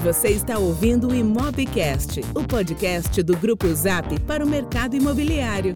Você está ouvindo o Imobcast, o podcast do Grupo Zap para o mercado imobiliário.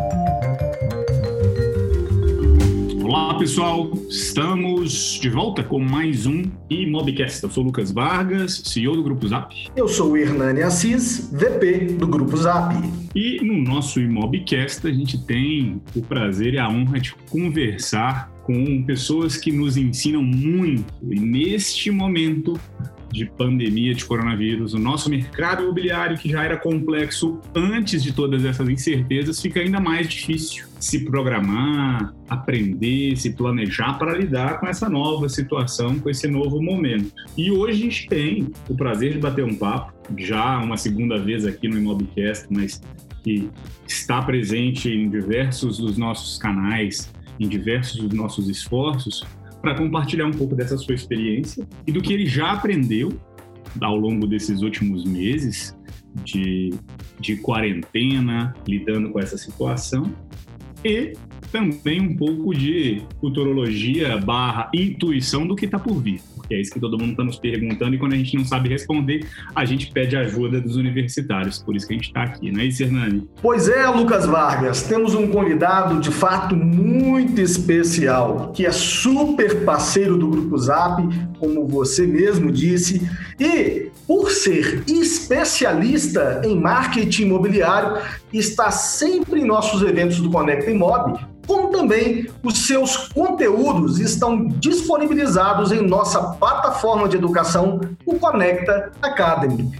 Olá pessoal, estamos de volta com mais um Imobcast. Eu sou o Lucas Vargas, CEO do Grupo Zap. Eu sou o Hernani Assis, VP do Grupo Zap. E no nosso Imobcast a gente tem o prazer e a honra de conversar com pessoas que nos ensinam muito. E neste momento de pandemia de coronavírus, o nosso mercado imobiliário, que já era complexo antes de todas essas incertezas, fica ainda mais difícil se programar, aprender, se planejar para lidar com essa nova situação, com esse novo momento. E hoje a gente tem o prazer de bater um papo, já uma segunda vez aqui no Imobcast, mas que está presente em diversos dos nossos canais, em diversos dos nossos esforços, para compartilhar um pouco dessa sua experiência e do que ele já aprendeu ao longo desses últimos meses de quarentena, lidando com essa situação, e também um pouco de futurologia / intuição do que está por vir, porque é isso que todo mundo está nos perguntando, e quando a gente não sabe responder, a gente pede ajuda dos universitários, por isso que a gente está aqui, não é isso, Hernani? Pois é, Lucas Vargas, temos um convidado de fato muito especial, que é super parceiro do Grupo Zap, como você mesmo disse, e por ser especialista em marketing imobiliário, está sempre em nossos eventos do Conecta Imob, como também os seus conteúdos estão disponibilizados em nossa plataforma de educação, o Conecta Academy.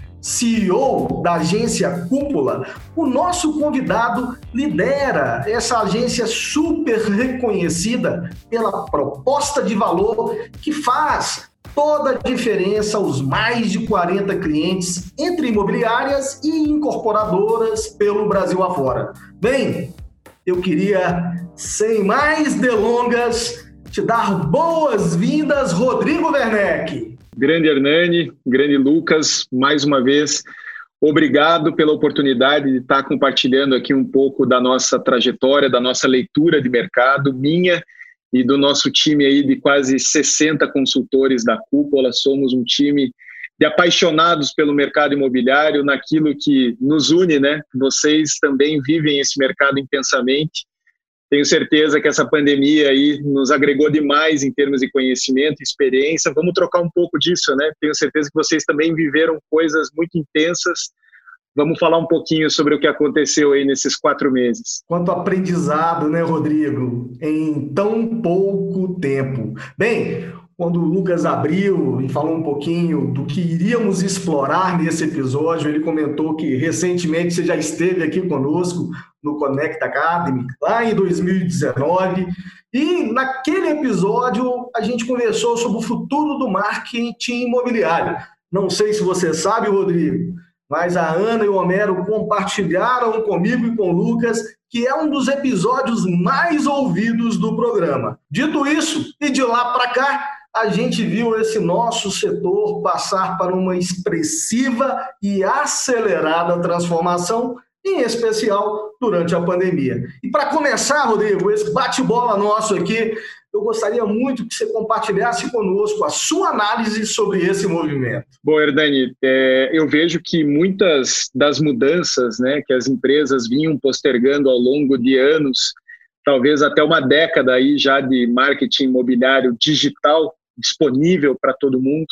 CEO da agência Cúpula, o nosso convidado lidera essa agência super reconhecida pela proposta de valor que faz toda a diferença aos mais de 40 clientes entre imobiliárias e incorporadoras pelo Brasil afora. Bem, eu queria, sem mais delongas, te dar boas-vindas, Rodrigo Werneck. Grande Hernani, grande Lucas, mais uma vez, obrigado pela oportunidade de estar compartilhando aqui um pouco da nossa trajetória, da nossa leitura de mercado, minha e do nosso time aí de quase 60 consultores da Cúpula. Somos um time de apaixonados pelo mercado imobiliário, naquilo que nos une, né? Vocês também vivem esse mercado intensamente. Tenho certeza que essa pandemia aí nos agregou demais em termos de conhecimento e experiência. Vamos trocar um pouco disso, né? Tenho certeza que vocês também viveram coisas muito intensas. Vamos falar um pouquinho sobre o que aconteceu aí nesses 4 meses. Quanto aprendizado, né, Rodrigo? Em tão pouco tempo. Bem, quando o Lucas abriu e falou um pouquinho do que iríamos explorar nesse episódio, ele comentou que recentemente você já esteve aqui conosco no Conecta Academy, lá em 2019, e naquele episódio a gente conversou sobre o futuro do marketing imobiliário. Não sei se você sabe, Rodrigo, mas a Ana e o Homero compartilharam comigo e com o Lucas que é um dos episódios mais ouvidos do programa. Dito isso, e de lá para cá, a gente viu esse nosso setor passar por uma expressiva e acelerada transformação, em especial durante a pandemia. E para começar, Rodrigo, esse bate-bola nosso aqui, eu gostaria muito que você compartilhasse conosco a sua análise sobre esse movimento. Bom, Hernani, eu vejo que muitas das mudanças, né, que as empresas vinham postergando ao longo de anos, talvez até uma década aí já de marketing imobiliário digital disponível para todo mundo,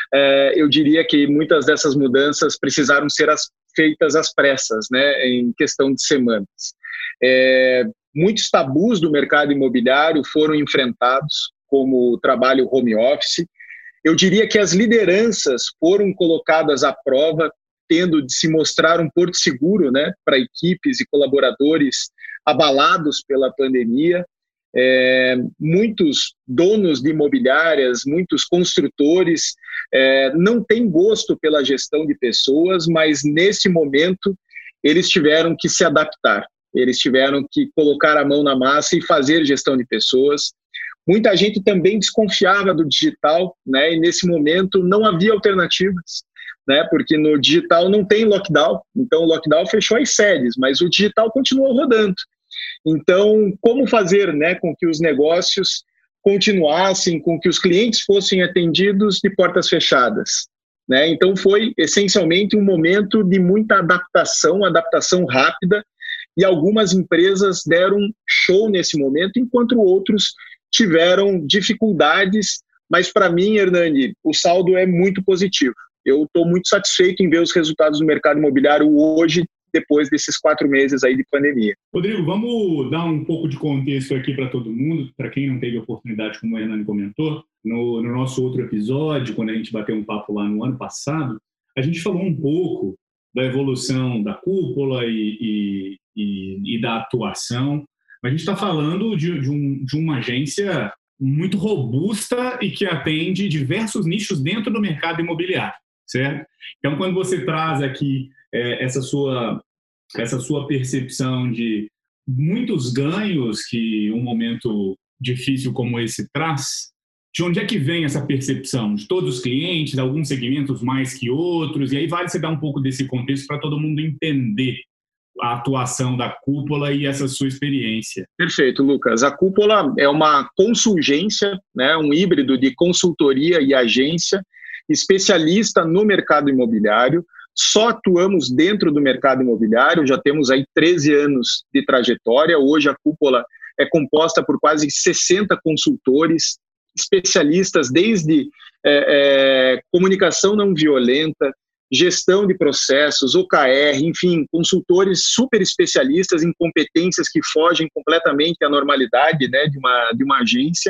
eu diria que muitas dessas mudanças precisaram ser feitas às pressas, né, em questão de semanas. Muitos tabus do mercado imobiliário foram enfrentados, como o trabalho home office. Eu diria que as lideranças foram colocadas à prova, tendo de se mostrar um porto seguro, né, para equipes e colaboradores abalados pela pandemia. Muitos donos de imobiliárias, muitos construtores não têm gosto pela gestão de pessoas, mas nesse momento eles tiveram que se adaptar, eles tiveram que colocar a mão na massa e fazer gestão de pessoas. Muita gente também desconfiava do digital, né, e nesse momento não havia alternativas, né, porque no digital não tem lockdown, então o lockdown fechou as sedes, mas o digital continuou rodando. Então, como fazer, né, com que os negócios continuassem, com que os clientes fossem atendidos de portas fechadas? né? Então foi essencialmente um momento de muita adaptação rápida, e algumas empresas deram show nesse momento, enquanto outros tiveram dificuldades, mas para mim, Hernani, o saldo é muito positivo. Eu estou muito satisfeito em ver os resultados do mercado imobiliário hoje, depois desses 4 meses aí de pandemia. Rodrigo, vamos dar um pouco de contexto aqui para todo mundo, para quem não teve oportunidade, como o Hernani comentou, no nosso outro episódio, quando a gente bateu um papo lá no ano passado, a gente falou um pouco da evolução da cúpula e da atuação. A gente está falando de uma agência muito robusta e que atende diversos nichos dentro do mercado imobiliário, certo? Então, quando você traz aqui essa sua percepção de muitos ganhos que um momento difícil como esse traz, de onde é que vem essa percepção? De todos os clientes, alguns segmentos mais que outros? E aí vale você dar um pouco desse contexto para todo mundo entender a atuação da cúpula e essa sua experiência. Perfeito, Lucas. A cúpula é uma consulgência, né, um híbrido de consultoria e agência, especialista no mercado imobiliário. Só atuamos dentro do mercado imobiliário, já temos aí 13 anos de trajetória. Hoje a cúpula é composta por quase 60 consultores, especialistas desde comunicação não violenta, gestão de processos, OKR, enfim, consultores super especialistas em competências que fogem completamente à normalidade, né, de uma agência.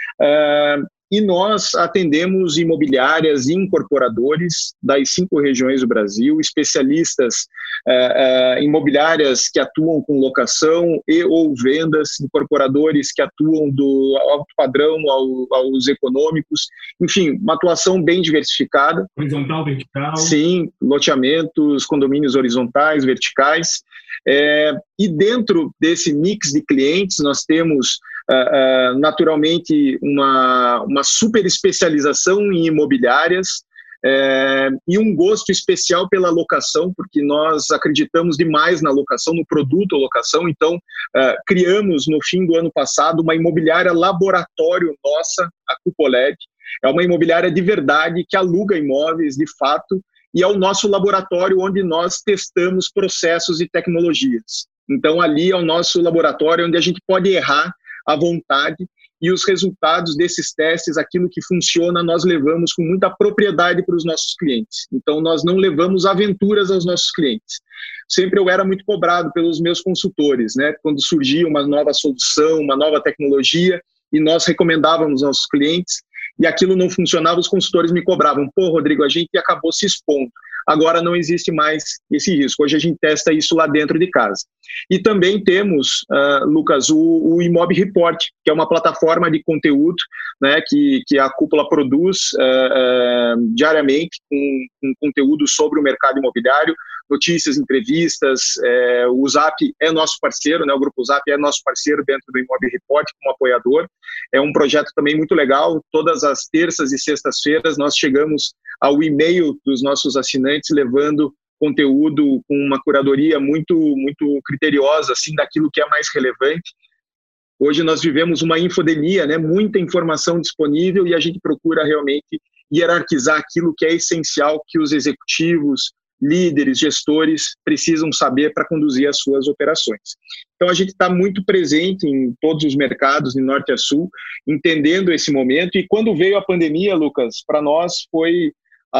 E nós atendemos imobiliárias e incorporadores das 5 regiões do Brasil, especialistas imobiliárias que atuam com locação e ou vendas, incorporadores que atuam do alto padrão aos econômicos, enfim, uma atuação bem diversificada. Horizontal, vertical. Sim, loteamentos, condomínios horizontais, verticais. E dentro desse mix de clientes nós temos naturalmente uma super especialização em imobiliárias e um gosto especial pela locação, porque nós acreditamos demais na locação, no produto locação. Então criamos no fim do ano passado uma imobiliária laboratório nossa, a Cupolab. É uma imobiliária de verdade que aluga imóveis de fato, e é o nosso laboratório onde nós testamos processos e tecnologias. Então ali é o nosso laboratório onde a gente pode errar à vontade, e os resultados desses testes, aquilo que funciona, nós levamos com muita propriedade para os nossos clientes. Então nós não levamos aventuras aos nossos clientes. Sempre eu era muito cobrado pelos meus consultores, né? Quando surgia uma nova solução, uma nova tecnologia, e nós recomendávamos aos nossos clientes, e aquilo não funcionava, os consultores me cobravam. Pô, Rodrigo, a gente acabou se expondo. Agora não existe mais esse risco. Hoje a gente testa isso lá dentro de casa. E também temos, Lucas, o Imob Report, que é uma plataforma de conteúdo, né, que a cúpula produz diariamente com conteúdo sobre o mercado imobiliário, notícias, entrevistas. O Zap é nosso parceiro, né, o Grupo Zap é nosso parceiro dentro do Imob Report como apoiador. É um projeto também muito legal. Todas as terças e sextas-feiras nós chegamos ao e-mail dos nossos assinantes, levando conteúdo com uma curadoria muito, muito criteriosa, assim, daquilo que é mais relevante. Hoje nós vivemos uma infodemia, né? Muita informação disponível, e a gente procura realmente hierarquizar aquilo que é essencial, que os executivos, líderes, gestores precisam saber para conduzir as suas operações. Então a gente está muito presente em todos os mercados, de norte a sul, entendendo esse momento. E quando veio a pandemia, Lucas, para nós foi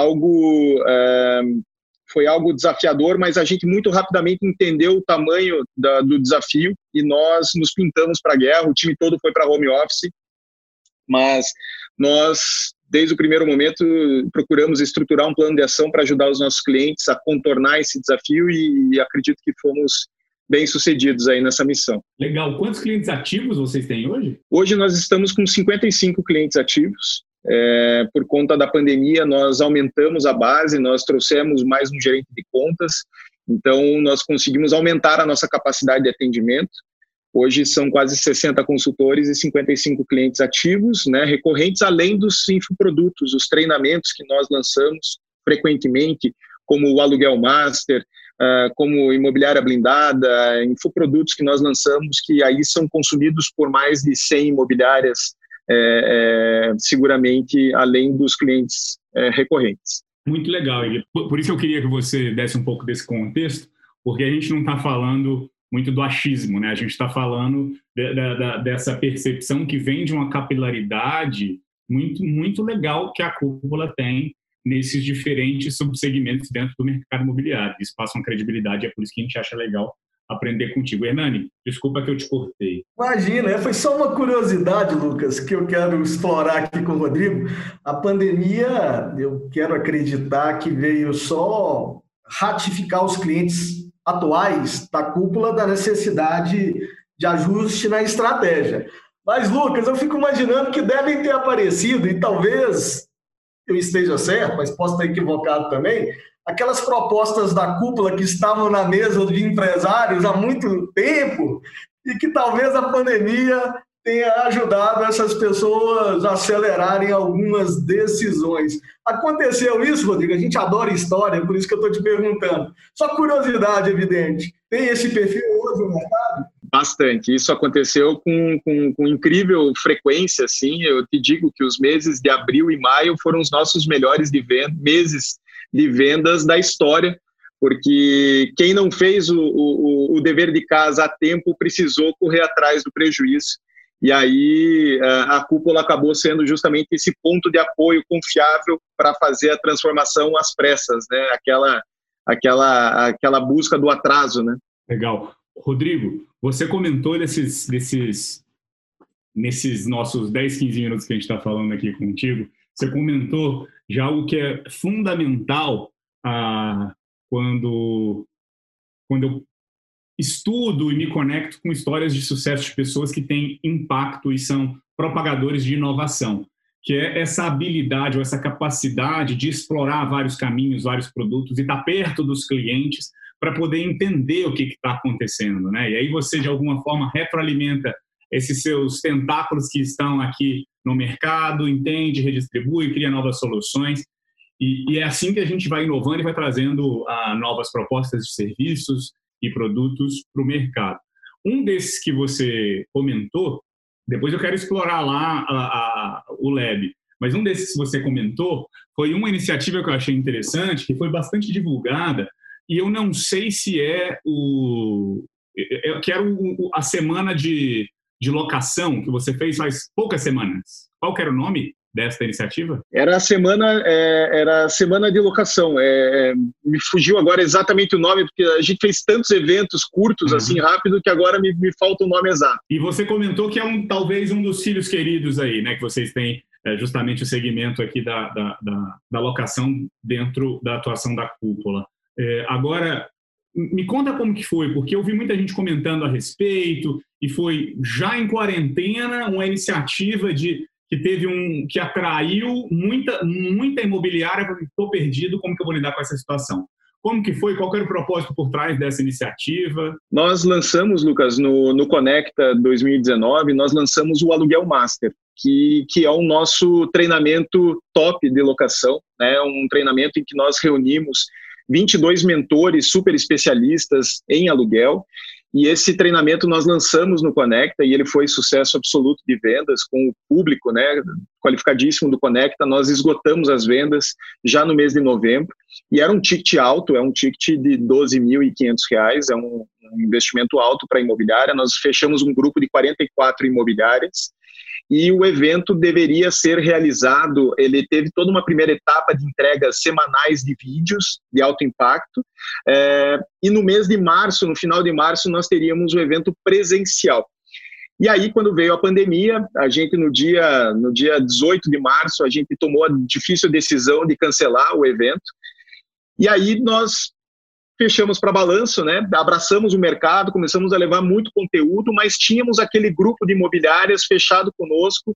algo desafiador, mas a gente muito rapidamente entendeu o tamanho do desafio e nós nos pintamos para a guerra. O time todo foi para home office, mas nós, desde o primeiro momento, procuramos estruturar um plano de ação para ajudar os nossos clientes a contornar esse desafio, e acredito que fomos bem-sucedidos aí nessa missão. Legal. Quantos clientes ativos vocês têm hoje? Hoje nós estamos com 55 clientes ativos. Por conta da pandemia, nós aumentamos a base, nós trouxemos mais um gerente de contas, então nós conseguimos aumentar a nossa capacidade de atendimento. Hoje são quase 60 consultores e 55 clientes ativos, né, recorrentes, além dos infoprodutos, os treinamentos que nós lançamos frequentemente, como o Aluguel Master, como Imobiliária Blindada, infoprodutos que nós lançamos, que aí são consumidos por mais de 100 imobiliárias, seguramente, além dos clientes recorrentes. Muito legal, e por isso eu queria que você desse um pouco desse contexto, porque a gente não está falando muito do achismo, né? A gente está falando dessa percepção que vem de uma capilaridade muito, muito legal que a Cúpula tem nesses diferentes subsegmentos dentro do mercado imobiliário. Isso passa uma credibilidade, é por isso que a gente acha legal aprender contigo. Hernani, desculpa que eu te cortei. Imagina, foi só uma curiosidade, Lucas, que eu quero explorar aqui com o Rodrigo. A pandemia, eu quero acreditar que veio só ratificar os clientes atuais da Cúpula da necessidade de ajuste na estratégia. Mas, Lucas, eu fico imaginando que devem ter aparecido, e talvez eu esteja certo, mas posso estar equivocado também, aquelas propostas da Cúpula que estavam na mesa de empresários há muito tempo e que talvez a pandemia tenha ajudado essas pessoas a acelerarem algumas decisões. Aconteceu isso, Rodrigo? A gente adora história, por isso que eu estou te perguntando. Só curiosidade, evidente. Tem esse perfil hoje no mercado? Bastante. Isso aconteceu com incrível frequência, assim. Eu te digo que os meses de abril e maio foram os nossos melhores meses de vendas da história, porque quem não fez o dever de casa a tempo precisou correr atrás do prejuízo. E aí a Cúpula acabou sendo justamente esse ponto de apoio confiável para fazer a transformação às pressas, né? Aquela busca do atraso, né? Legal. Rodrigo, você comentou nesses nossos 10, 15 minutos que a gente está falando aqui contigo, você comentou já algo que é fundamental quando eu estudo e me conecto com histórias de sucesso de pessoas que têm impacto e são propagadores de inovação, que é essa habilidade ou essa capacidade de explorar vários caminhos, vários produtos e estar perto dos clientes para poder entender o que está acontecendo, né? E aí você, de alguma forma, retroalimenta esses seus tentáculos que estão aqui no mercado, entende, redistribui, cria novas soluções. E é assim que a gente vai inovando e vai trazendo novas propostas de serviços e produtos para o mercado. Um desses que você comentou, depois eu quero explorar lá o Lab, mas um desses que você comentou foi uma iniciativa que eu achei interessante, que foi bastante divulgada, e eu não sei se eu quero a semana de locação que você fez faz poucas semanas. Qual que era o nome desta iniciativa? Era a semana de locação. Me fugiu agora exatamente o nome, porque a gente fez tantos eventos curtos, assim, rápido, que agora me falta o nome exato. E você comentou que é talvez um dos filhos queridos aí, né, que vocês têm justamente o segmento aqui da locação dentro da atuação da Cúpula. Agora, me conta como que foi, porque eu vi muita gente comentando a respeito, e foi já em quarentena uma iniciativa que atraiu muita imobiliária, porque estou perdido, como que eu vou lidar com essa situação? Como que foi? Qual era o propósito por trás dessa iniciativa? Nós lançamos, Lucas, no Conecta 2019, nós lançamos o Aluguel Master, que é o nosso treinamento top de locação, né? Um treinamento em que nós reunimos 22 mentores super especialistas em aluguel, e esse treinamento nós lançamos no Conecta e ele foi sucesso absoluto de vendas com o público, né, qualificadíssimo do Conecta. Nós esgotamos as vendas já no mês de novembro e era um ticket alto, é um ticket de R$ 12.500, é um investimento alto para a imobiliária. Nós fechamos um grupo de 44 imobiliárias e o evento deveria ser realizado, ele teve toda uma primeira etapa de entregas semanais de vídeos de alto impacto, e no mês de março, no final de março, nós teríamos o evento presencial. E aí, quando veio a pandemia, a gente no dia 18 de março, a gente tomou a difícil decisão de cancelar o evento, e aí nós fechamos para balanço, né? Abraçamos o mercado, começamos a levar muito conteúdo, mas tínhamos aquele grupo de imobiliárias fechado conosco,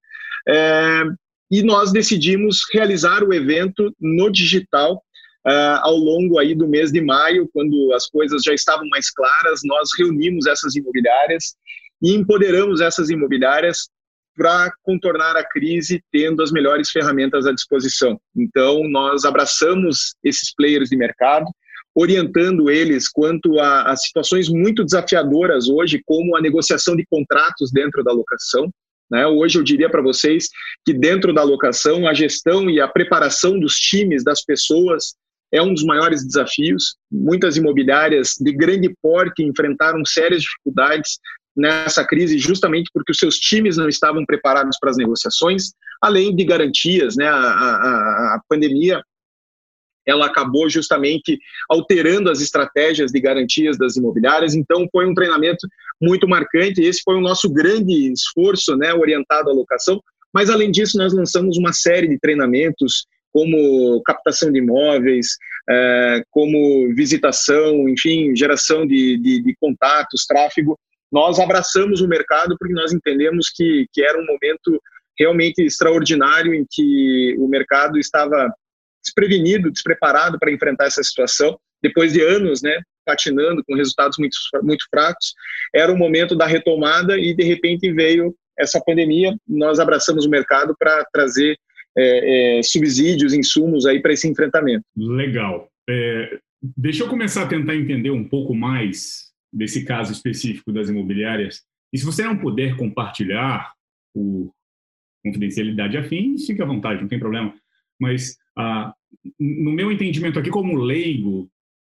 e nós decidimos realizar o evento no digital ao longo aí do mês de maio, quando as coisas já estavam mais claras. Nós reunimos essas imobiliárias e empoderamos essas imobiliárias para contornar a crise, tendo as melhores ferramentas à disposição. Então, nós abraçamos esses players de mercado, orientando eles quanto a situações muito desafiadoras hoje, como a negociação de contratos dentro da locação. né? Hoje eu diria para vocês que dentro da locação, a gestão e a preparação dos times, das pessoas, é um dos maiores desafios. Muitas imobiliárias de grande porte enfrentaram sérias dificuldades nessa crise justamente porque os seus times não estavam preparados para as negociações, além de garantias, né? A pandemia, ela acabou justamente alterando as estratégias de garantias das imobiliárias, então foi um treinamento muito marcante, esse foi o nosso grande esforço, né, orientado à locação, mas além disso nós lançamos uma série de treinamentos, como captação de imóveis, como visitação, enfim, geração de contatos, tráfego. Nós abraçamos o mercado porque nós entendemos que era um momento realmente extraordinário em que o mercado estava desprevenido, despreparado para enfrentar essa situação. Depois de anos, né, patinando com resultados muito fracos, era o momento da retomada e de repente veio essa pandemia. Nós abraçamos o mercado para trazer subsídios, insumos aí para esse enfrentamento. Legal. Deixa eu começar a tentar entender um pouco mais desse caso específico das imobiliárias. E se você não puder compartilhar por confidencialidade afim, fique à vontade, não tem problema. Mas, no meu entendimento aqui como leigo,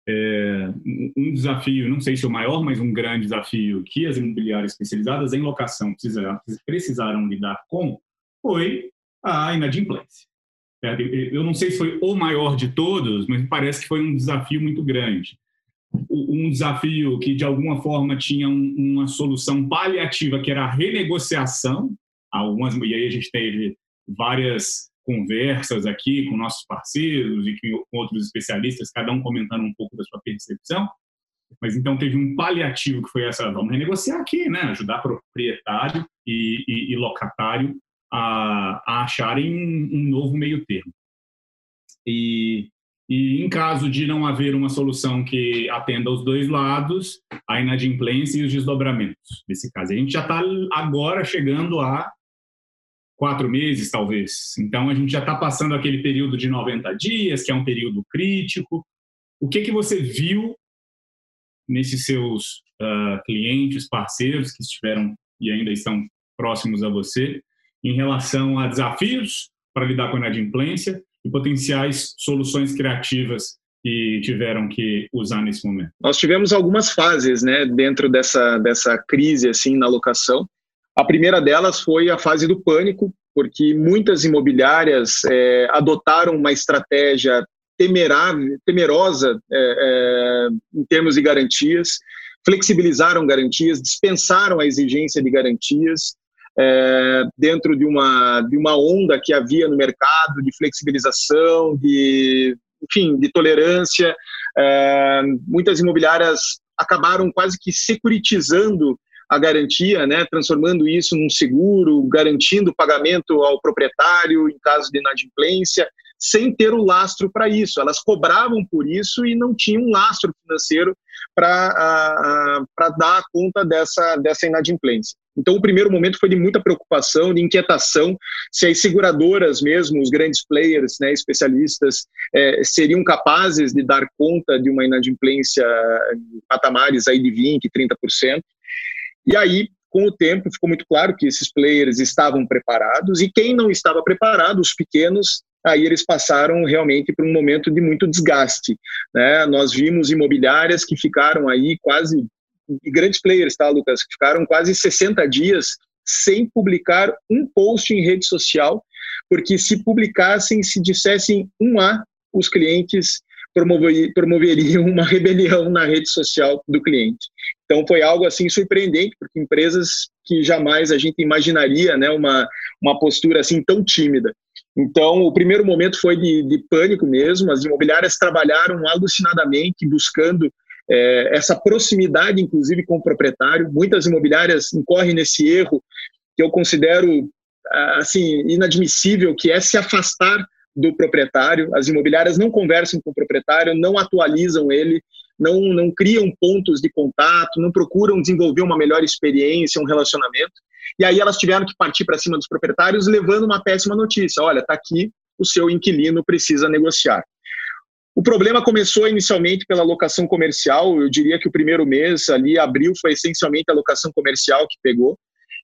um desafio, não sei se o maior, mas um grande desafio que as imobiliárias especializadas em locação precisaram lidar com foi a inadimplência. Eu não sei se foi o maior de todos, mas parece que foi um desafio muito grande. Um desafio que, de alguma forma, tinha uma solução paliativa, que era a renegociação. E aí a gente teve várias conversas aqui com nossos parceiros e com outros especialistas, cada um comentando um pouco da sua percepção. Mas então teve um paliativo que foi essa, vamos renegociar aqui, né? Ajudar proprietário e locatário a acharem um novo meio termo. E em caso de não haver uma solução que atenda aos dois lados, a inadimplência e os desdobramentos desse caso. A gente já está agora chegando a 4 meses, talvez. Então, a gente já está passando aquele período de 90 dias, que é um período crítico. O que você viu nesses seus clientes, parceiros que estiveram e ainda estão próximos a você, em relação a desafios para lidar com a inadimplência e potenciais soluções criativas que tiveram que usar nesse momento? Nós tivemos algumas fases, né, dentro dessa crise assim, na locação. A primeira delas foi a fase do pânico, porque muitas imobiliárias adotaram uma estratégia temerosa em termos de garantias, flexibilizaram garantias, dispensaram a exigência de garantias, dentro de uma onda que havia no mercado de flexibilização, de tolerância. Muitas imobiliárias acabaram quase que securitizando a garantia, né, transformando isso num seguro, garantindo o pagamento ao proprietário em caso de inadimplência, sem ter o lastro para isso. Elas cobravam por isso e não tinham um lastro financeiro para dar conta dessa inadimplência. Então, o primeiro momento foi de muita preocupação, de inquietação, se as seguradoras mesmo, os grandes players, né, especialistas, seriam capazes de dar conta de uma inadimplência em patamares aí de 20%, 30%. E aí, com o tempo, ficou muito claro que esses players estavam preparados e quem não estava preparado, os pequenos, aí eles passaram realmente por um momento de muito desgaste, né? Nós vimos imobiliárias que ficaram aí quase, grandes players, tá, Lucas, que ficaram quase 60 dias sem publicar um post em rede social, porque se publicassem, se dissessem um A, os clientes promoveriam uma rebelião na rede social do cliente. Então foi algo assim surpreendente, porque empresas que jamais a gente imaginaria, né, uma postura assim tão tímida. Então o primeiro momento foi de pânico mesmo, as imobiliárias trabalharam alucinadamente buscando essa proximidade, inclusive com o proprietário. Muitas imobiliárias incorrem nesse erro que eu considero assim inadmissível, que é se afastar do proprietário. As imobiliárias não conversam com o proprietário, não atualizam ele, não criam pontos de contato, não procuram desenvolver uma melhor experiência, um relacionamento. E aí elas tiveram que partir para cima dos proprietários levando uma péssima notícia. Olha, está aqui, o seu inquilino precisa negociar. O problema começou inicialmente pela locação comercial. Eu diria que o primeiro mês, ali, abril, foi essencialmente a locação comercial que pegou.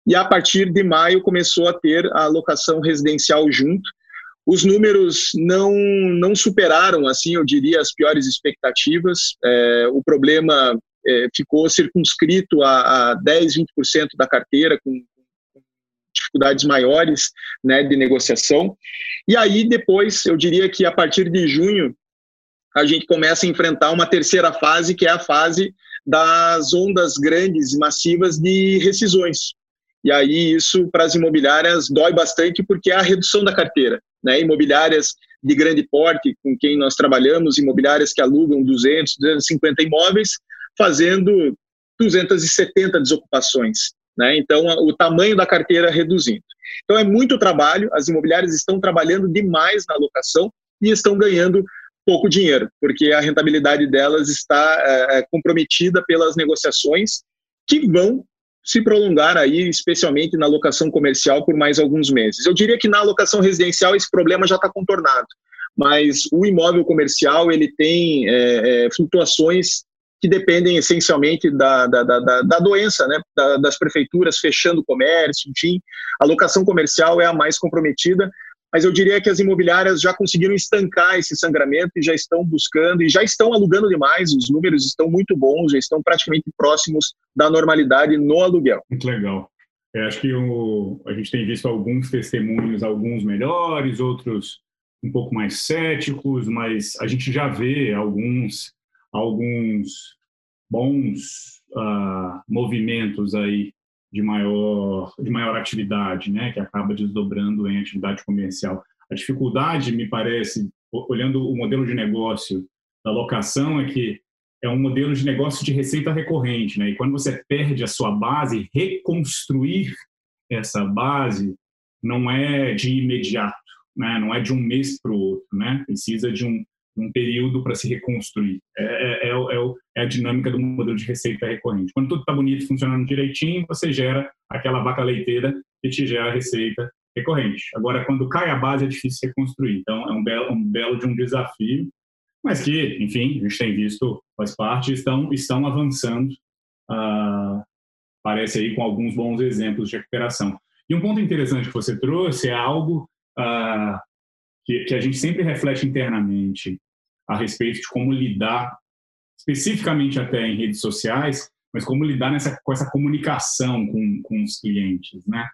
e a partir de maio começou a ter a locação residencial junto. Os números não superaram, assim, eu diria, as piores expectativas. O problema ficou circunscrito a 10, 20% da carteira, com dificuldades maiores, né, de negociação. E aí, depois, eu diria que a partir de junho, a gente começa a enfrentar uma terceira fase, que é a fase das ondas grandes e massivas de rescisões. E aí isso, para as imobiliárias, dói bastante, porque é a redução da carteira, né? Imobiliárias de grande porte, com quem nós trabalhamos, imobiliárias que alugam 200, 250 imóveis, fazendo 270 desocupações, né? Então, o tamanho da carteira reduzindo. Então, é muito trabalho, as imobiliárias estão trabalhando demais na locação e estão ganhando pouco dinheiro, porque a rentabilidade delas está comprometida pelas negociações que vão se prolongar aí, especialmente na locação comercial, por mais alguns meses. Eu diria que na locação residencial esse problema já está contornado, mas o imóvel comercial ele tem flutuações que dependem essencialmente da doença, né? Das prefeituras fechando o comércio, enfim. A locação comercial é a mais comprometida, mas eu diria que as imobiliárias já conseguiram estancar esse sangramento e já estão buscando e já estão alugando demais, os números estão muito bons, já estão praticamente próximos da normalidade no aluguel. Muito legal. Acho que a gente tem visto alguns testemunhos, alguns melhores, outros um pouco mais céticos, mas a gente já vê alguns bons movimentos aí de maior atividade, né, que acaba desdobrando em atividade comercial. A dificuldade, me parece, olhando o modelo de negócio da locação, é que é um modelo de negócio de receita recorrente, né, e quando você perde a sua base, reconstruir essa base não é de imediato, né, não é de um mês para o outro, né, precisa de um período para se reconstruir. É a dinâmica do modelo de receita recorrente. Quando tudo está bonito, funcionando direitinho, você gera aquela vaca leiteira que te gera a receita recorrente. Agora, quando cai a base, é difícil reconstruir. Então, é um belo de um desafio, mas que, enfim, a gente tem visto, faz parte, estão avançando, parece aí com alguns bons exemplos de recuperação. E um ponto interessante que você trouxe é algo que a gente sempre reflete internamente a respeito de como lidar, especificamente até em redes sociais, mas como lidar com essa comunicação com os clientes, né?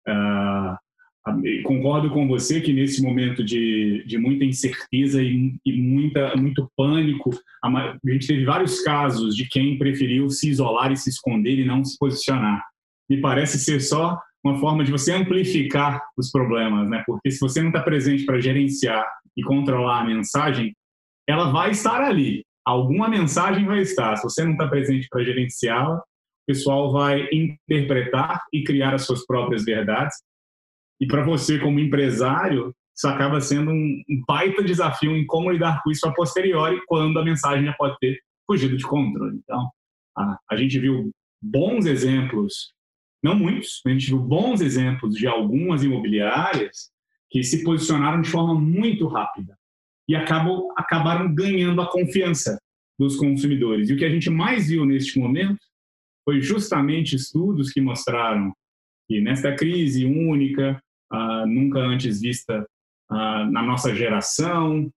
Concordo com você que nesse momento de muita incerteza e muito pânico, a gente teve vários casos de quem preferiu se isolar e se esconder e não se posicionar. Me parece ser só uma forma de você amplificar os problemas, né? Porque se você não está presente para gerenciar e controlar a mensagem, ela vai estar ali. Alguma mensagem vai estar. Se você não está presente para gerenciá-la, o pessoal vai interpretar e criar as suas próprias verdades. E para você, como empresário, isso acaba sendo um baita desafio em como lidar com isso a posteriori, quando a mensagem já pode ter fugido de controle. Então, a gente viu bons exemplos, não muitos, mas a gente viu bons exemplos de algumas imobiliárias que se posicionaram de forma muito rápida e acabaram ganhando a confiança dos consumidores. E o que a gente mais viu neste momento foi justamente estudos que mostraram que nesta crise única, nunca antes vista na nossa geração,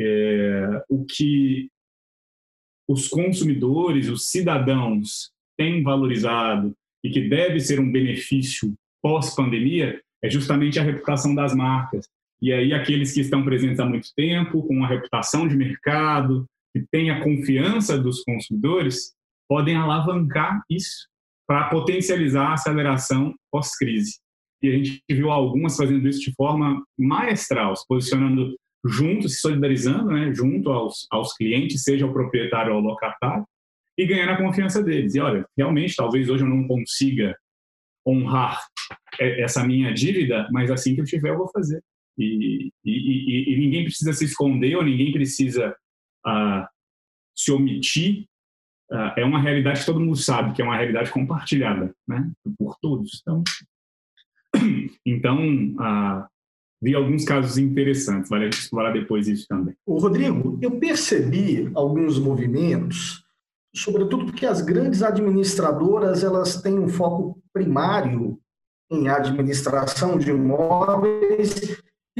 o que os consumidores, os cidadãos têm valorizado e que deve ser um benefício pós-pandemia é justamente a reputação das marcas. E aí aqueles que estão presentes há muito tempo, com uma reputação de mercado, que têm a confiança dos consumidores, podem alavancar isso para potencializar a aceleração pós-crise. E a gente viu algumas fazendo isso de forma maestral, se posicionando junto, se solidarizando, né, junto aos clientes, seja o proprietário ou o locatário, e ganhando a confiança deles. E olha, realmente, talvez hoje eu não consiga honrar essa minha dívida, mas assim que eu tiver, eu vou fazer. E ninguém precisa se esconder ou ninguém precisa se omitir. É uma realidade que todo mundo sabe, que é uma realidade compartilhada, né, por todos. Então vi alguns casos interessantes, vale explorar depois isso também. Ô, Rodrigo, eu percebi alguns movimentos, sobretudo porque as grandes administradoras elas têm um foco primário em administração de imóveis e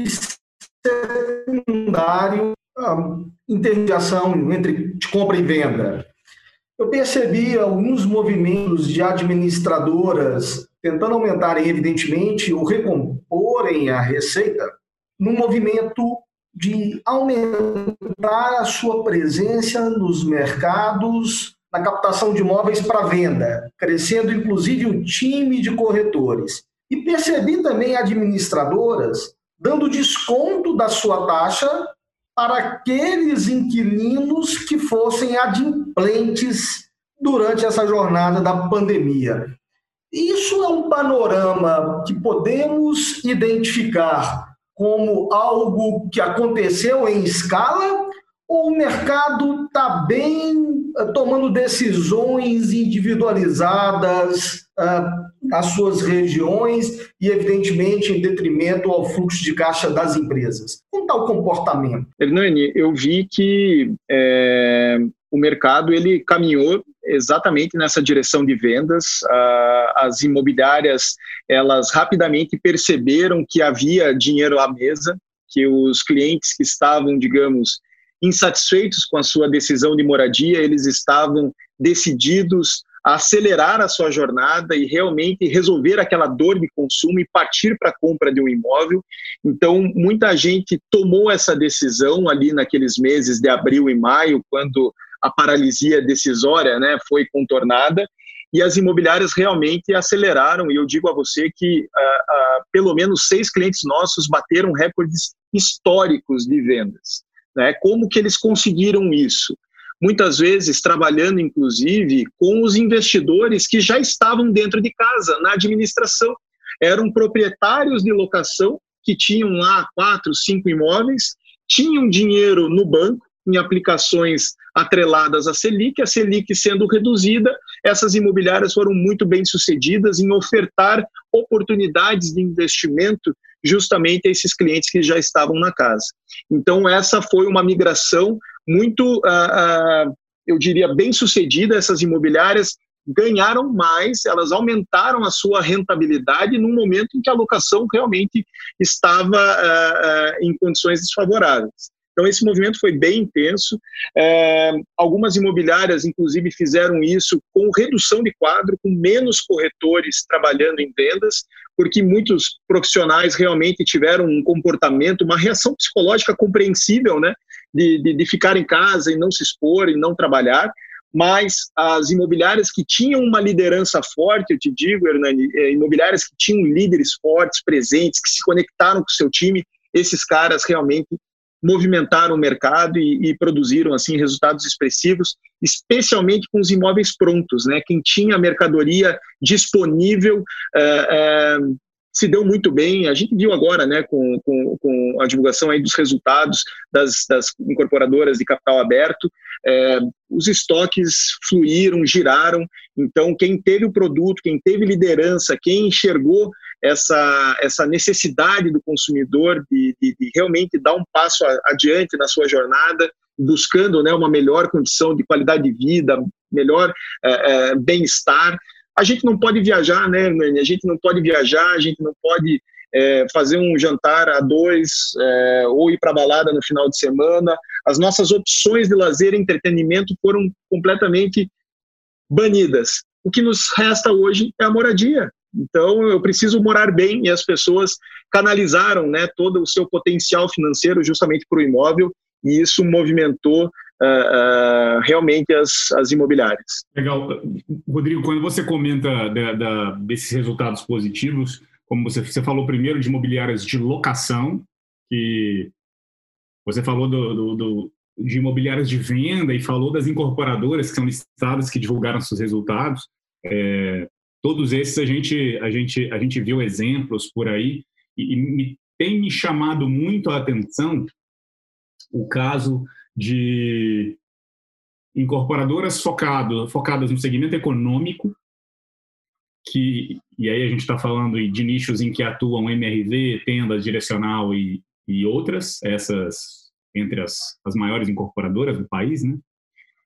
secundário, intermediação entre compra e venda. Eu percebi alguns movimentos de administradoras tentando aumentarem, evidentemente, ou recomporem a receita, num movimento de aumentar a sua presença nos mercados, na captação de imóveis para venda, crescendo inclusive o time de corretores. E percebi também administradoras dando desconto da sua taxa para aqueles inquilinos que fossem adimplentes durante essa jornada da pandemia. Isso é um panorama que podemos identificar como algo que aconteceu em escala, ou o mercado está bem tomando decisões individualizadas nas suas regiões e, evidentemente, em detrimento ao fluxo de caixa das empresas? Como está o comportamento? Hernani, eu vi que o mercado ele caminhou exatamente nessa direção de vendas. As imobiliárias, elas rapidamente perceberam que havia dinheiro à mesa, que os clientes que estavam, digamos, insatisfeitos com a sua decisão de moradia, eles estavam decididos a acelerar a sua jornada e realmente resolver aquela dor de consumo e partir para a compra de um imóvel. Então, muita gente tomou essa decisão ali naqueles meses de abril e maio, quando a paralisia decisória, né, foi contornada, e as imobiliárias realmente aceleraram, e eu digo a você que pelo menos 6 clientes nossos bateram recordes históricos de vendas. Né? Como que eles conseguiram isso? Muitas vezes trabalhando, inclusive, com os investidores que já estavam dentro de casa, na administração. Eram proprietários de locação que tinham lá 4, 5 imóveis, tinham dinheiro no banco, em aplicações atreladas à Selic sendo reduzida, essas imobiliárias foram muito bem sucedidas em ofertar oportunidades de investimento justamente a esses clientes que já estavam na casa. Então, essa foi uma migração muito, eu diria, bem sucedida. Essas imobiliárias ganharam mais, elas aumentaram a sua rentabilidade num momento em que a locação realmente estava em condições desfavoráveis. Então, esse movimento foi bem intenso. Algumas imobiliárias, inclusive, fizeram isso com redução de quadro, com menos corretores trabalhando em vendas, porque muitos profissionais realmente tiveram um comportamento, uma reação psicológica compreensível, né, de ficar em casa e não se expor e não trabalhar. Mas as imobiliárias que tinham uma liderança forte, eu te digo, Hernani, imobiliárias que tinham líderes fortes, presentes, que se conectaram com o seu time, esses caras realmente movimentaram o mercado e produziram assim resultados expressivos, especialmente com os imóveis prontos, né? Quem tinha mercadoria disponível se deu muito bem. A gente viu agora, né, com a divulgação aí dos resultados das incorporadoras de capital aberto, os estoques fluíram, giraram. Então, quem teve o produto, quem teve liderança, quem enxergou essa necessidade do consumidor de realmente dar um passo adiante na sua jornada, buscando, né, uma melhor condição de qualidade de vida, melhor bem-estar. A gente não pode viajar, né, Hernani? A gente não pode viajar, a gente não pode fazer um jantar a 2 ou ir para a balada no final de semana. As nossas opções de lazer e entretenimento foram completamente banidas. O que nos resta hoje é a moradia. Então, eu preciso morar bem, e as pessoas canalizaram, né, todo o seu potencial financeiro justamente para o imóvel, e isso movimentou realmente as imobiliárias. Legal. Rodrigo, quando você comenta desses resultados positivos, como você falou primeiro de imobiliárias de locação, que você falou de imobiliárias de venda e falou das incorporadoras que são listadas, que divulgaram seus resultados. Todos esses a gente viu exemplos por aí, e tem me chamado muito a atenção o caso de incorporadoras focadas no segmento econômico, e aí a gente está falando de nichos em que atuam MRV, Tendas, Direcional e outras, essas entre as maiores incorporadoras do país, né?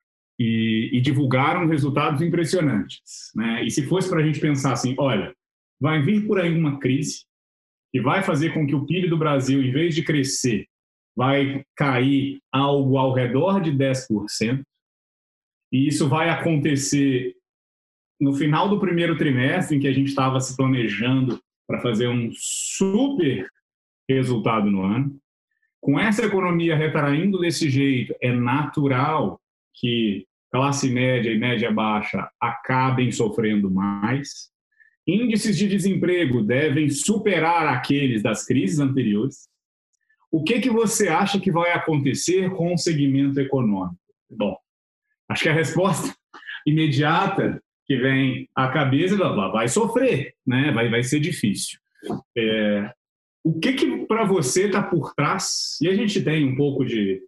E divulgaram resultados impressionantes, né? E se fosse para a gente pensar assim, olha, vai vir por aí uma crise que vai fazer com que o PIB do Brasil, em vez de crescer, vai cair algo ao redor de 10%. E isso vai acontecer no final do primeiro trimestre, em que a gente estava se planejando para fazer um super resultado no ano. Com essa economia retraindo desse jeito, é natural que classe média e média baixa acabem sofrendo mais. Índices de desemprego devem superar aqueles das crises anteriores. O que você acha que vai acontecer com o segmento econômico? Bom, acho que a resposta imediata que vem à cabeça é: vai sofrer, né? Vai ser difícil. O que para você está por trás? E a gente tem um pouco de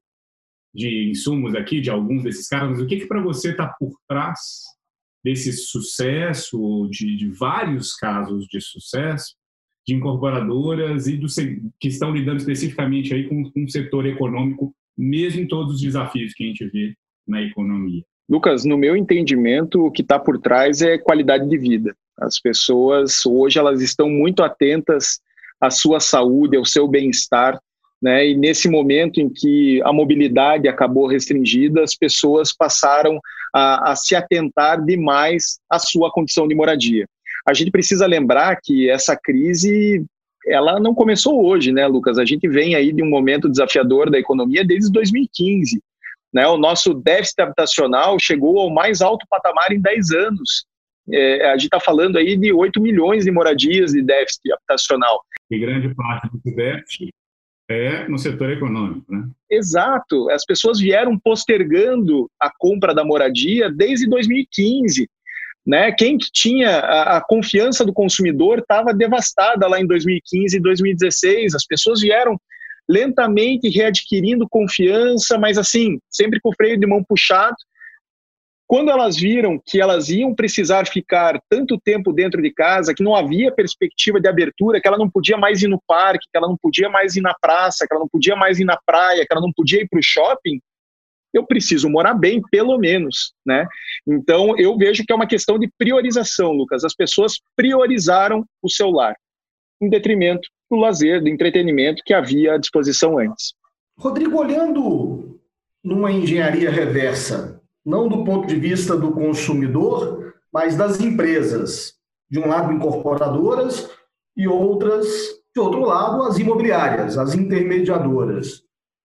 insumos aqui de alguns desses caras, mas o que para você está por trás desse sucesso, de vários casos de sucesso, de incorporadoras e que estão lidando especificamente aí com o setor econômico, mesmo em todos os desafios que a gente vê na economia? Lucas, no meu entendimento, o que está por trás é qualidade de vida. As pessoas, hoje, elas estão muito atentas à sua saúde, ao seu bem-estar, né? E nesse momento em que a mobilidade acabou restringida, as pessoas passaram a se atentar demais à sua condição de moradia. A gente precisa lembrar que essa crise, ela não começou hoje, né, Lucas? A gente vem aí de um momento desafiador da economia desde 2015. Né? O nosso déficit habitacional chegou ao mais alto patamar em 10 anos. A gente está falando aí de 8 milhões de moradias de déficit habitacional. E grande parte do déficit é no setor econômico, né? Exato. As pessoas vieram postergando a compra da moradia desde 2015. Né? Quem tinha a confiança do consumidor estava devastada lá em 2015 e 2016. As pessoas vieram lentamente readquirindo confiança, mas assim, sempre com o freio de mão puxado. Quando elas viram que elas iam precisar ficar tanto tempo dentro de casa, que não havia perspectiva de abertura, que ela não podia mais ir no parque, que ela não podia mais ir na praça, que ela não podia mais ir na praia, que ela não podia ir para o shopping, eu preciso morar bem, pelo menos, né? Então, eu vejo que é uma questão de priorização, Lucas. As pessoas priorizaram o seu lar, em detrimento do lazer, do entretenimento que havia à disposição antes. Rodrigo, olhando numa engenharia reversa, não do ponto de vista do consumidor, mas das empresas, de um lado incorporadoras e outras, de outro lado, as imobiliárias, as intermediadoras.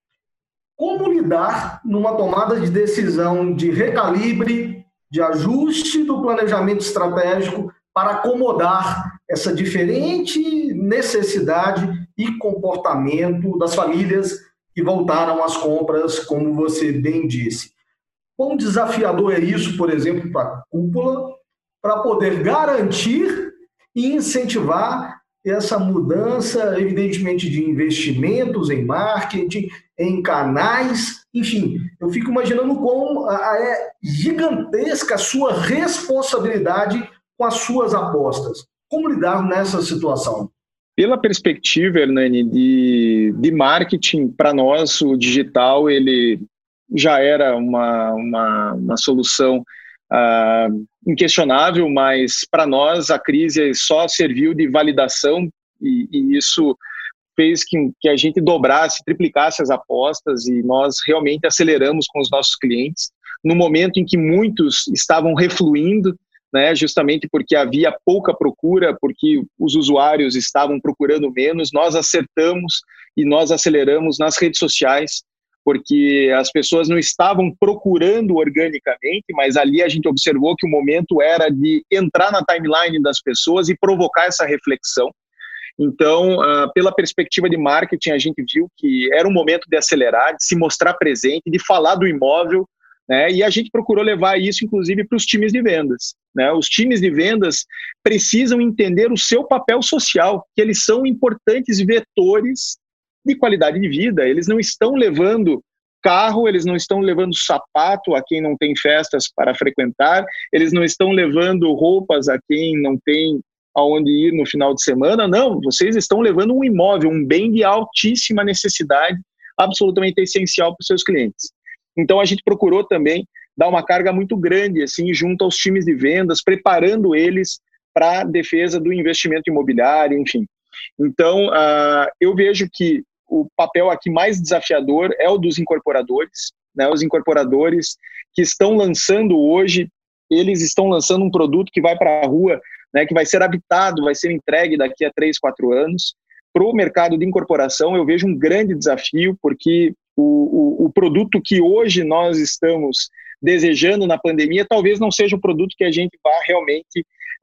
Como lidar numa tomada de decisão de recalibre, de ajuste do planejamento estratégico para acomodar essa diferente necessidade e comportamento das famílias que voltaram às compras, como você bem disse? Quão desafiador é isso, por exemplo, para a cúpula, para poder garantir e incentivar essa mudança, evidentemente, de investimentos em marketing, em canais, enfim, eu fico imaginando como é gigantesca a sua responsabilidade com as suas apostas. Como lidar nessa situação? Pela perspectiva, Hernani, de marketing, para nós, o digital, ele já era uma solução inquestionável, mas para nós a crise só serviu de validação e isso fez que a gente dobrasse, triplicasse as apostas e nós realmente aceleramos com os nossos clientes no momento em que muitos estavam refluindo, né, justamente porque havia pouca procura, porque os usuários estavam procurando menos. Nós acertamos e nós aceleramos nas redes sociais, porque as pessoas não estavam procurando organicamente, mas ali a gente observou que o momento era de entrar na timeline das pessoas e provocar essa reflexão. Então, pela perspectiva de marketing, a gente viu que era um momento de acelerar, de se mostrar presente, de falar do imóvel, né? E a gente procurou levar isso, inclusive, para os times de vendas, né? Os times de vendas precisam entender o seu papel social, que eles são importantes vetores de qualidade de vida. Eles não estão levando carro, eles não estão levando sapato a quem não tem festas para frequentar, eles não estão levando roupas a quem não tem aonde ir no final de semana. Não, vocês estão levando um imóvel, um bem de altíssima necessidade, absolutamente essencial para os seus clientes. Então a gente procurou também dar uma carga muito grande assim junto aos times de vendas, preparando eles para a defesa do investimento imobiliário, enfim. Então, eu vejo que o papel aqui mais desafiador é o dos incorporadores, né? Os incorporadores que estão lançando hoje, eles estão lançando um produto que vai para a rua, né, que vai ser habitado, vai ser entregue daqui a 3, 4 anos. Para o mercado de incorporação, eu vejo um grande desafio, porque o produto que hoje nós estamos desejando na pandemia talvez não seja o produto que a gente vá realmente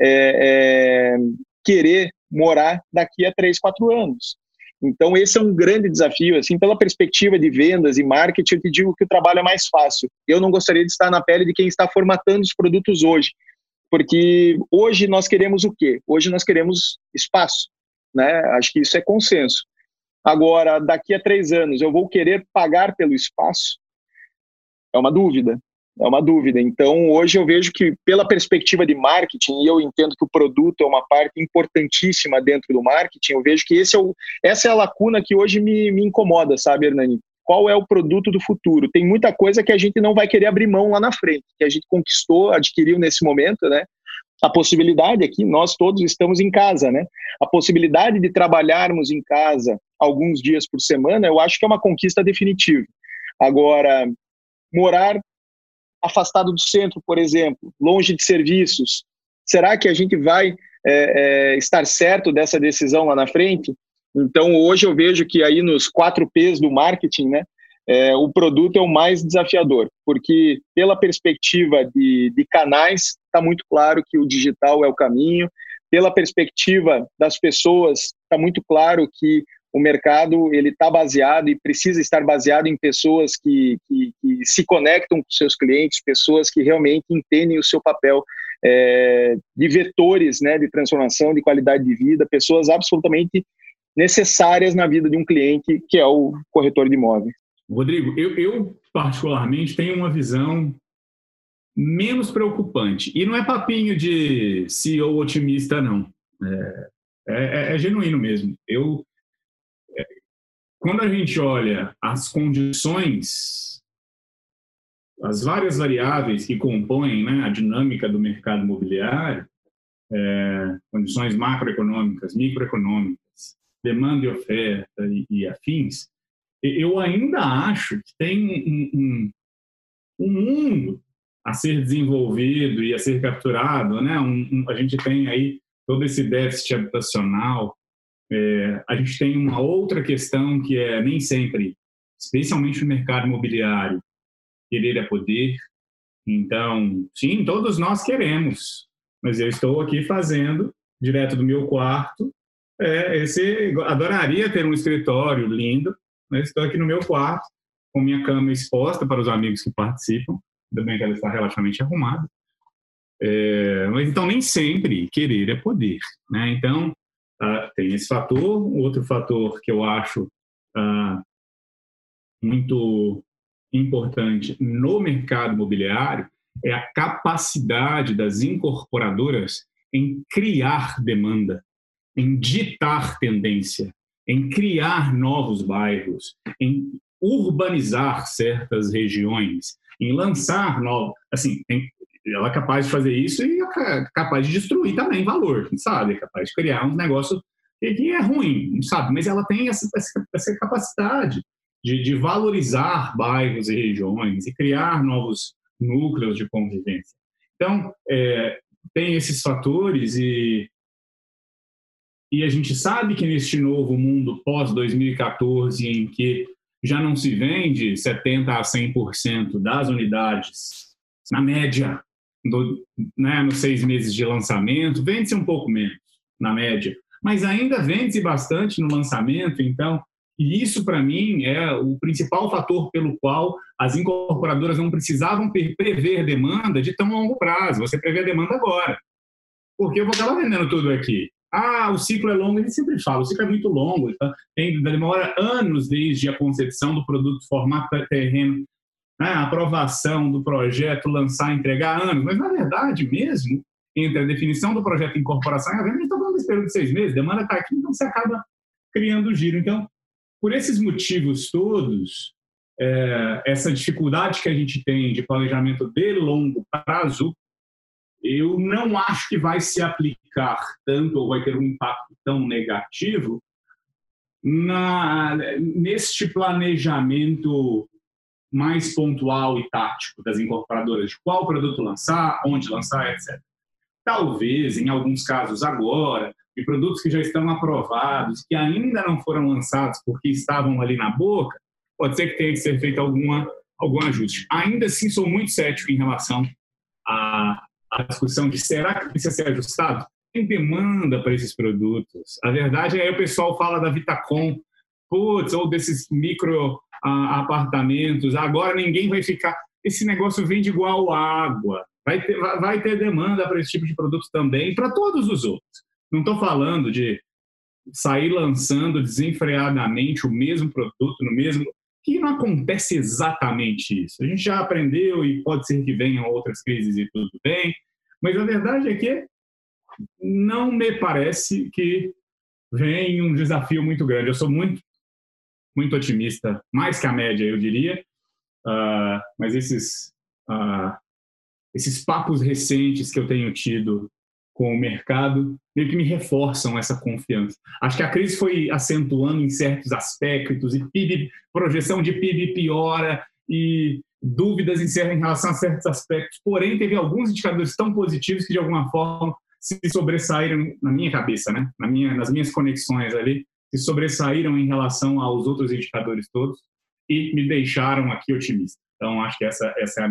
querer morar daqui a 3, 4 anos. Então, esse é um grande desafio. Assim, pela perspectiva de vendas e marketing, eu te digo que o trabalho é mais fácil. Eu não gostaria de estar na pele de quem está formatando os produtos hoje, porque hoje nós queremos o quê? Hoje nós queremos espaço, né? Acho que isso é consenso. Agora, daqui a 3 anos, eu vou querer pagar pelo espaço? É uma dúvida. É uma dúvida. Então, hoje eu vejo que, pela perspectiva de marketing, e eu entendo que o produto é uma parte importantíssima dentro do marketing, eu vejo que essa é a lacuna que hoje me incomoda, sabe, Hernani? Qual é o produto do futuro? Tem muita coisa que a gente não vai querer abrir mão lá na frente, que a gente conquistou, adquiriu nesse momento, né? A possibilidade aqui, nós todos estamos em casa, né? A possibilidade de trabalharmos em casa alguns dias por semana, eu acho que é uma conquista definitiva. Agora, morar afastado do centro, por exemplo, longe de serviços, será que a gente vai estar certo dessa decisão lá na frente? Então, hoje eu vejo que aí nos 4 P's do marketing, né, o produto é o mais desafiador, porque pela perspectiva de canais, está muito claro que o digital é o caminho, pela perspectiva das pessoas, está muito claro que o mercado ele está baseado e precisa estar baseado em pessoas que se conectam com seus clientes, pessoas que realmente entendem o seu papel de vetores, né, de transformação, de qualidade de vida, pessoas absolutamente necessárias na vida de um cliente, que é o corretor de imóveis. Rodrigo, eu particularmente tenho uma visão menos preocupante. E não é papinho de CEO otimista, não. É genuíno mesmo. Quando a gente olha as condições, as várias variáveis que compõem, né, a dinâmica do mercado imobiliário, condições macroeconômicas, microeconômicas, demanda e oferta e afins, eu ainda acho que tem um mundo a ser desenvolvido e a ser capturado, né? A gente tem aí todo esse déficit habitacional. A gente tem uma outra questão que nem sempre, especialmente no mercado imobiliário, querer é poder. Então, sim, todos nós queremos, mas eu estou aqui fazendo, direto do meu quarto, adoraria ter um escritório lindo, mas estou aqui no meu quarto, com minha cama exposta para os amigos que participam, ainda bem que ela está relativamente arrumada. Mas então, nem sempre querer é poder, né? Então, tem esse fator. Outro fator que eu acho muito importante no mercado imobiliário é a capacidade das incorporadoras em criar demanda, em ditar tendência, em criar novos bairros, em urbanizar certas regiões, em lançar novos... Assim, ela é capaz de fazer isso e é capaz de destruir também valor, sabe? É capaz de criar um negócio que é ruim, sabe? Mas ela tem essa capacidade de valorizar bairros e regiões e criar novos núcleos de convivência. Então, tem esses fatores e a gente sabe que neste novo mundo pós-2014, em que já não se vende 70% a 100% das unidades, na média, nos 6 meses de lançamento, vende-se um pouco menos, na média, mas ainda vende-se bastante no lançamento. Então, e isso, para mim, é o principal fator pelo qual as incorporadoras não precisavam prever demanda de tão longo prazo. Você prevê a demanda agora, porque eu vou acabar vendendo tudo aqui. O ciclo é longo, a gente sempre fala, o ciclo é muito longo, então demora anos desde a concepção do produto, formato terreno, a aprovação do projeto, lançar, entregar, anos. Mas, na verdade, mesmo, entre a definição do projeto de incorporação e a venda, a gente está falando desse período de 6 meses, a demanda está aqui, então você acaba criando giro. Então, por esses motivos todos, essa dificuldade que a gente tem de planejamento de longo prazo, eu não acho que vai se aplicar tanto ou vai ter um impacto tão negativo neste planejamento mais pontual e tático das incorporadoras, de qual produto lançar, onde lançar, etc. Talvez, em alguns casos agora, de produtos que já estão aprovados, que ainda não foram lançados porque estavam ali na boca, pode ser que tenha que ser feito algum ajuste. Ainda assim, sou muito cético em relação à discussão de será que precisa ser ajustado? Tem demanda para esses produtos. A verdade é que o pessoal fala da Vitacom, ou desses micro apartamentos, agora ninguém vai ficar... Esse negócio vende igual água. Vai ter demanda para esse tipo de produto também, e para todos os outros. Não estou falando de sair lançando desenfreadamente o mesmo produto, que não acontece exatamente isso. A gente já aprendeu e pode ser que venham outras crises e tudo bem, mas a verdade é que não me parece que vem um desafio muito grande. Eu sou muito, muito otimista, mais que a média, eu diria, mas esses papos recentes que eu tenho tido com o mercado meio que me reforçam essa confiança. Acho que a crise foi acentuando em certos aspectos, e projeção de PIB piora, e dúvidas em relação a certos aspectos, porém teve alguns indicadores tão positivos que de alguma forma se sobressaíram na minha cabeça, né? Nas minhas conexões ali, se sobressaíram em relação aos outros indicadores todos e me deixaram aqui otimista. Então acho que essa é a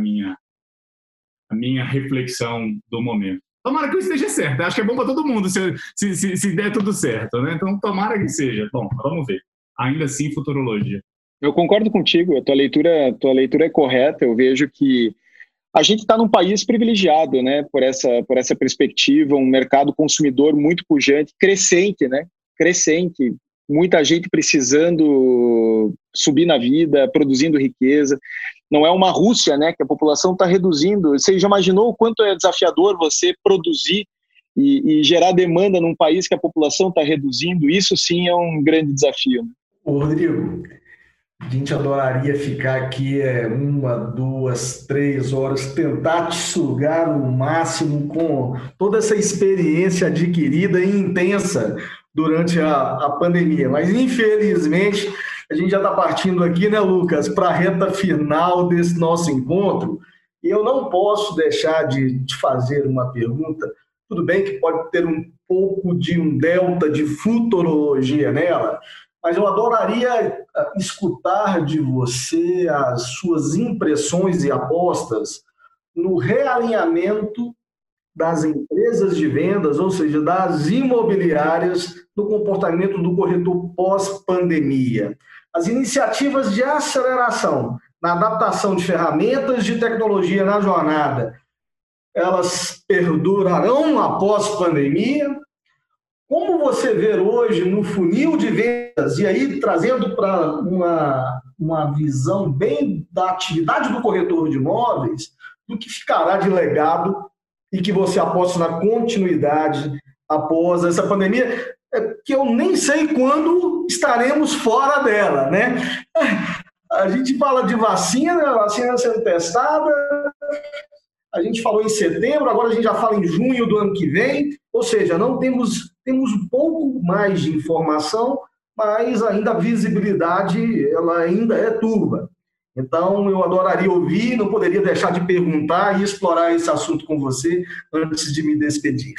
minha reflexão do momento. Tomara que isso esteja certo. Acho que é bom para todo mundo se der tudo certo, né? Então, tomara que seja. Bom, vamos ver. Ainda assim, futurologia. Eu concordo contigo. A tua leitura é correta. Eu vejo que a gente está num país privilegiado, né? Por essa perspectiva, um mercado consumidor muito pujante, crescente, né? Crescente. Muita gente precisando subir na vida, produzindo riqueza. Não é uma Rússia, né, que a população está reduzindo. Você já imaginou o quanto é desafiador você produzir e gerar demanda num país que a população está reduzindo? Isso sim é um grande desafio. Né? Ô, Rodrigo, a gente adoraria ficar aqui 1, 2, 3 horas, tentar te sugar o máximo com toda essa experiência adquirida e intensa durante a pandemia. Mas, infelizmente, a gente já está partindo aqui, né, Lucas, para a reta final desse nosso encontro. E eu não posso deixar de te fazer uma pergunta. Tudo bem que pode ter um pouco de um delta de futurologia nela, mas eu adoraria escutar de você as suas impressões e apostas no realinhamento das empresas de vendas, ou seja, das imobiliárias, no comportamento do corretor pós-pandemia. As iniciativas de aceleração na adaptação de ferramentas de tecnologia na jornada, elas perdurarão após pandemia? Como você vê hoje no funil de vendas, e aí trazendo para uma visão bem da atividade do corretor de imóveis, do que ficará de legado e que você aposta na continuidade após essa pandemia, que eu nem sei quando estaremos fora dela, né? A gente fala de vacina sendo testada, a gente falou em setembro, agora a gente já fala em junho do ano que vem, ou seja, não temos um pouco mais de informação, mas ainda a visibilidade ela ainda é turva. Então, eu adoraria ouvir, não poderia deixar de perguntar e explorar esse assunto com você antes de me despedir.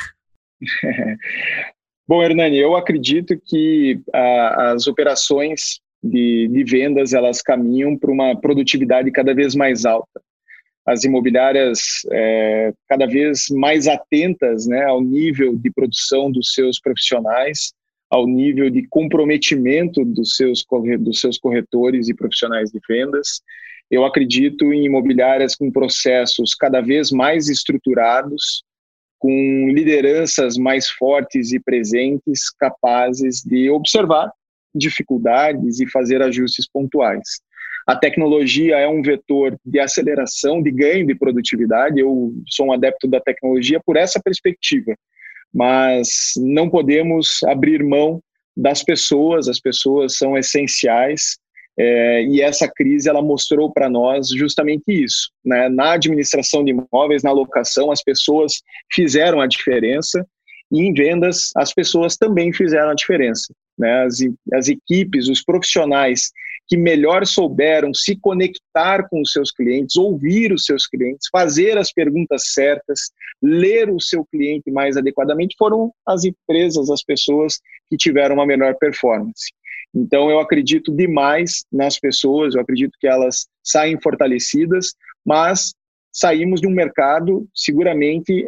Bom, Hernani, eu acredito que as operações de vendas, elas caminham para uma produtividade cada vez mais alta. As imobiliárias cada vez mais atentas, né, ao nível de produção dos seus profissionais, ao nível de comprometimento dos seus corretores e profissionais de vendas. Eu acredito em imobiliárias com processos cada vez mais estruturados, com lideranças mais fortes e presentes, capazes de observar dificuldades e fazer ajustes pontuais. A tecnologia é um vetor de aceleração, de ganho de produtividade. Eu sou um adepto da tecnologia por essa perspectiva, mas não podemos abrir mão das pessoas. As pessoas são essenciais E essa crise ela mostrou para nós justamente isso, né? Na administração de imóveis, na locação, as pessoas fizeram a diferença, e em vendas as pessoas também fizeram a diferença, né? As equipes, os profissionais que melhor souberam se conectar com os seus clientes, ouvir os seus clientes, fazer as perguntas certas, ler o seu cliente mais adequadamente, foram as empresas, as pessoas que tiveram uma melhor performance. Então, eu acredito demais nas pessoas, eu acredito que elas saem fortalecidas, mas saímos de um mercado seguramente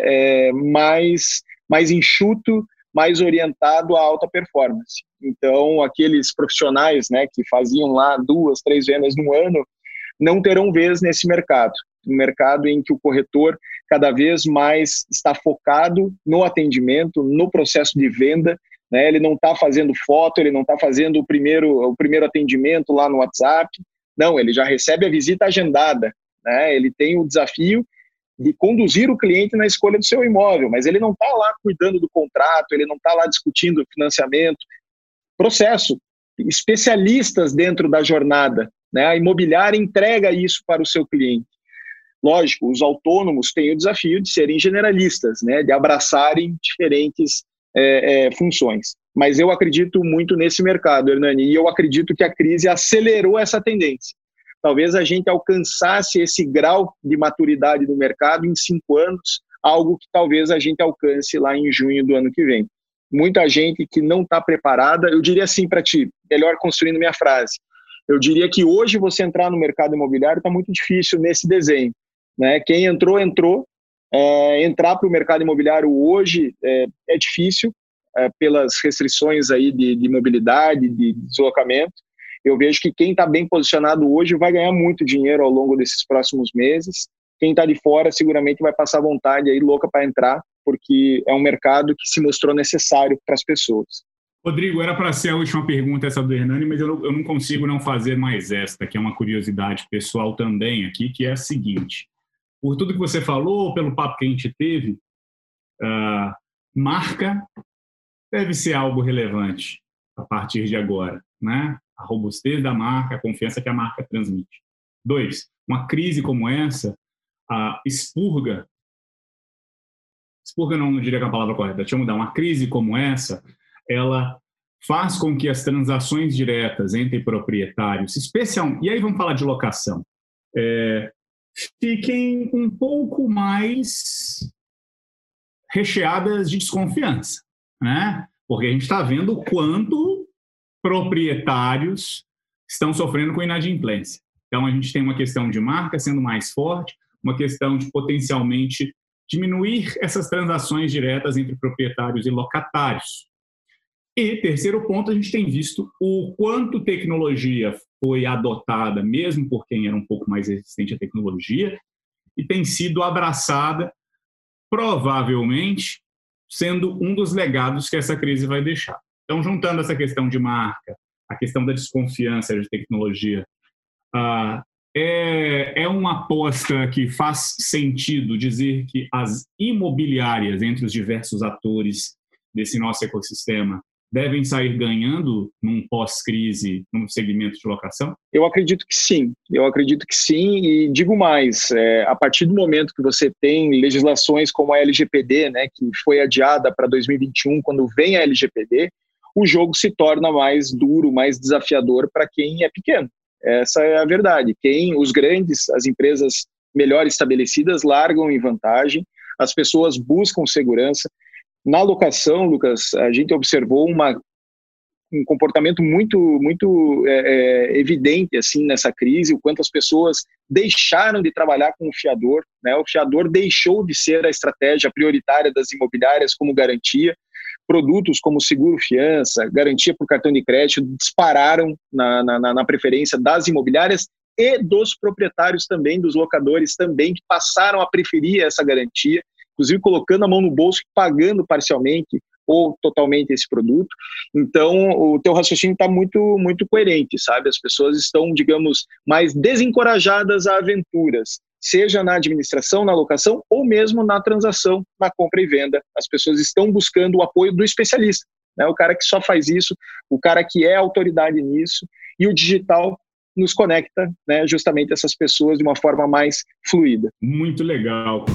mais enxuto, mais orientado à alta performance. Então, aqueles profissionais, né, que faziam lá 2, 3 vendas no ano, não terão vez nesse mercado. Um mercado em que o corretor cada vez mais está focado no atendimento, no processo de venda, né? Ele não está fazendo foto, ele não está fazendo o primeiro atendimento lá no WhatsApp, não, ele já recebe a visita agendada, né? Ele tem o desafio de conduzir o cliente na escolha do seu imóvel, mas ele não está lá cuidando do contrato, ele não está lá discutindo o financiamento, processo, especialistas dentro da jornada, né? A imobiliária entrega isso para o seu cliente. Lógico, os autônomos têm o desafio de serem generalistas, né? De abraçarem diferentes funções. Mas eu acredito muito nesse mercado, Hernani, e eu acredito que a crise acelerou essa tendência. Talvez a gente alcançasse esse grau de maturidade do mercado em 5 anos, algo que talvez a gente alcance lá em junho do ano que vem. Muita gente que não está preparada, eu diria assim para ti, melhor construindo minha frase, eu diria que hoje você entrar no mercado imobiliário está muito difícil nesse desenho, né? Quem entrou, entrar para o mercado imobiliário hoje é difícil, pelas restrições aí de mobilidade, de deslocamento. Eu vejo que quem está bem posicionado hoje vai ganhar muito dinheiro ao longo desses próximos meses. Quem está de fora seguramente vai passar vontade aí louca para entrar, porque é um mercado que se mostrou necessário para as pessoas. Rodrigo, era para ser a última pergunta essa do Hernani, mas eu não consigo não fazer mais esta, que é uma curiosidade pessoal também aqui, que é a seguinte. Por tudo que você falou, pelo papo que a gente teve, marca deve ser algo relevante a partir de agora, né? A robustez da marca, a confiança que a marca transmite. 2, uma crise como essa expurga não diria que é a palavra correta, deixa eu mudar, uma crise como essa, ela faz com que as transações diretas entre proprietários, especialmente, e aí vamos falar de locação, fiquem um pouco mais recheadas de desconfiança, né? Porque a gente está vendo o quanto proprietários estão sofrendo com inadimplência. Então, a gente tem uma questão de marca sendo mais forte, uma questão de potencialmente diminuir essas transações diretas entre proprietários e locatários. E, terceiro ponto, a gente tem visto o quanto tecnologia foi adotada, mesmo por quem era um pouco mais resistente à tecnologia, e tem sido abraçada, provavelmente, sendo um dos legados que essa crise vai deixar. Então, juntando essa questão de marca, a questão da desconfiança de tecnologia, é uma aposta que faz sentido dizer que as imobiliárias, entre os diversos atores desse nosso ecossistema, devem sair ganhando num pós-crise, num segmento de locação? Eu acredito que sim, e digo mais, a partir do momento que você tem legislações como a LGPD, né, que foi adiada para 2021, quando vem a LGPD, o jogo se torna mais duro, mais desafiador para quem é pequeno. Essa é a verdade. Os grandes, as empresas melhor estabelecidas largam em vantagem, as pessoas buscam segurança. Na locação, Lucas, a gente observou um comportamento muito evidente assim, nessa crise, o quanto as pessoas deixaram de trabalhar com o fiador, né? O fiador deixou de ser a estratégia prioritária das imobiliárias como garantia. Produtos como seguro-fiança, garantia por cartão de crédito dispararam na preferência das imobiliárias e dos proprietários também, dos locadores também, que passaram a preferir essa garantia, inclusive colocando a mão no bolso e pagando parcialmente ou totalmente esse produto. Então, o teu raciocínio está muito, muito coerente, sabe? As pessoas estão, digamos, mais desencorajadas a aventuras, seja na administração, na locação ou mesmo na transação, na compra e venda. As pessoas estão buscando o apoio do especialista, né? O cara que só faz isso, o cara que é autoridade nisso e o digital nos conecta, né, justamente essas pessoas de uma forma mais fluida. Muito legal.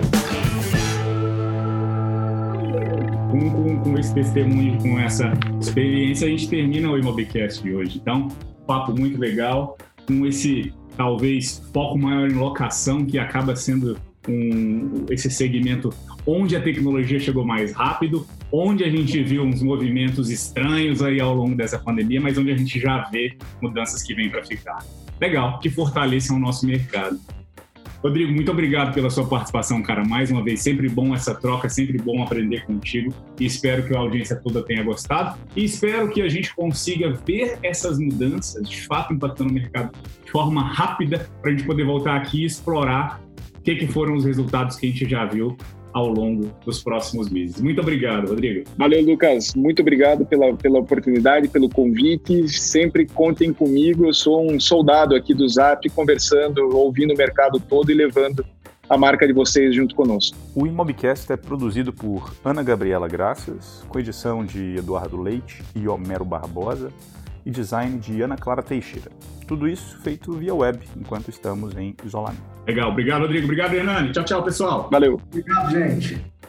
Com esse testemunho, com essa experiência, a gente termina o Imobcast de hoje. Então, papo muito legal, com esse, talvez, foco maior em locação, que acaba sendo esse segmento onde a tecnologia chegou mais rápido, onde a gente viu uns movimentos estranhos aí ao longo dessa pandemia, mas onde a gente já vê mudanças que vêm para ficar. Legal, que fortalecem o nosso mercado. Rodrigo, muito obrigado pela sua participação, cara. Mais uma vez, sempre bom essa troca, sempre bom aprender contigo. E espero que a audiência toda tenha gostado. E espero que a gente consiga ver essas mudanças, de fato, impactando o mercado de forma rápida, para a gente poder voltar aqui e explorar o que foram os resultados que a gente já viu ao longo dos próximos meses. Muito obrigado, Rodrigo. Valeu, Lucas. Muito obrigado pela oportunidade, pelo convite. Sempre contem comigo. Eu sou um soldado aqui do Zap, conversando, ouvindo o mercado todo e levando a marca de vocês junto conosco. O Imobcast é produzido por Ana Gabriela Graças, com edição de Eduardo Leite e Homero Barbosa, e design de Ana Clara Teixeira. Tudo isso feito via web, enquanto estamos em isolamento. Legal. Obrigado, Rodrigo. Obrigado, Hernani. Tchau, tchau, pessoal. Valeu. Obrigado, gente.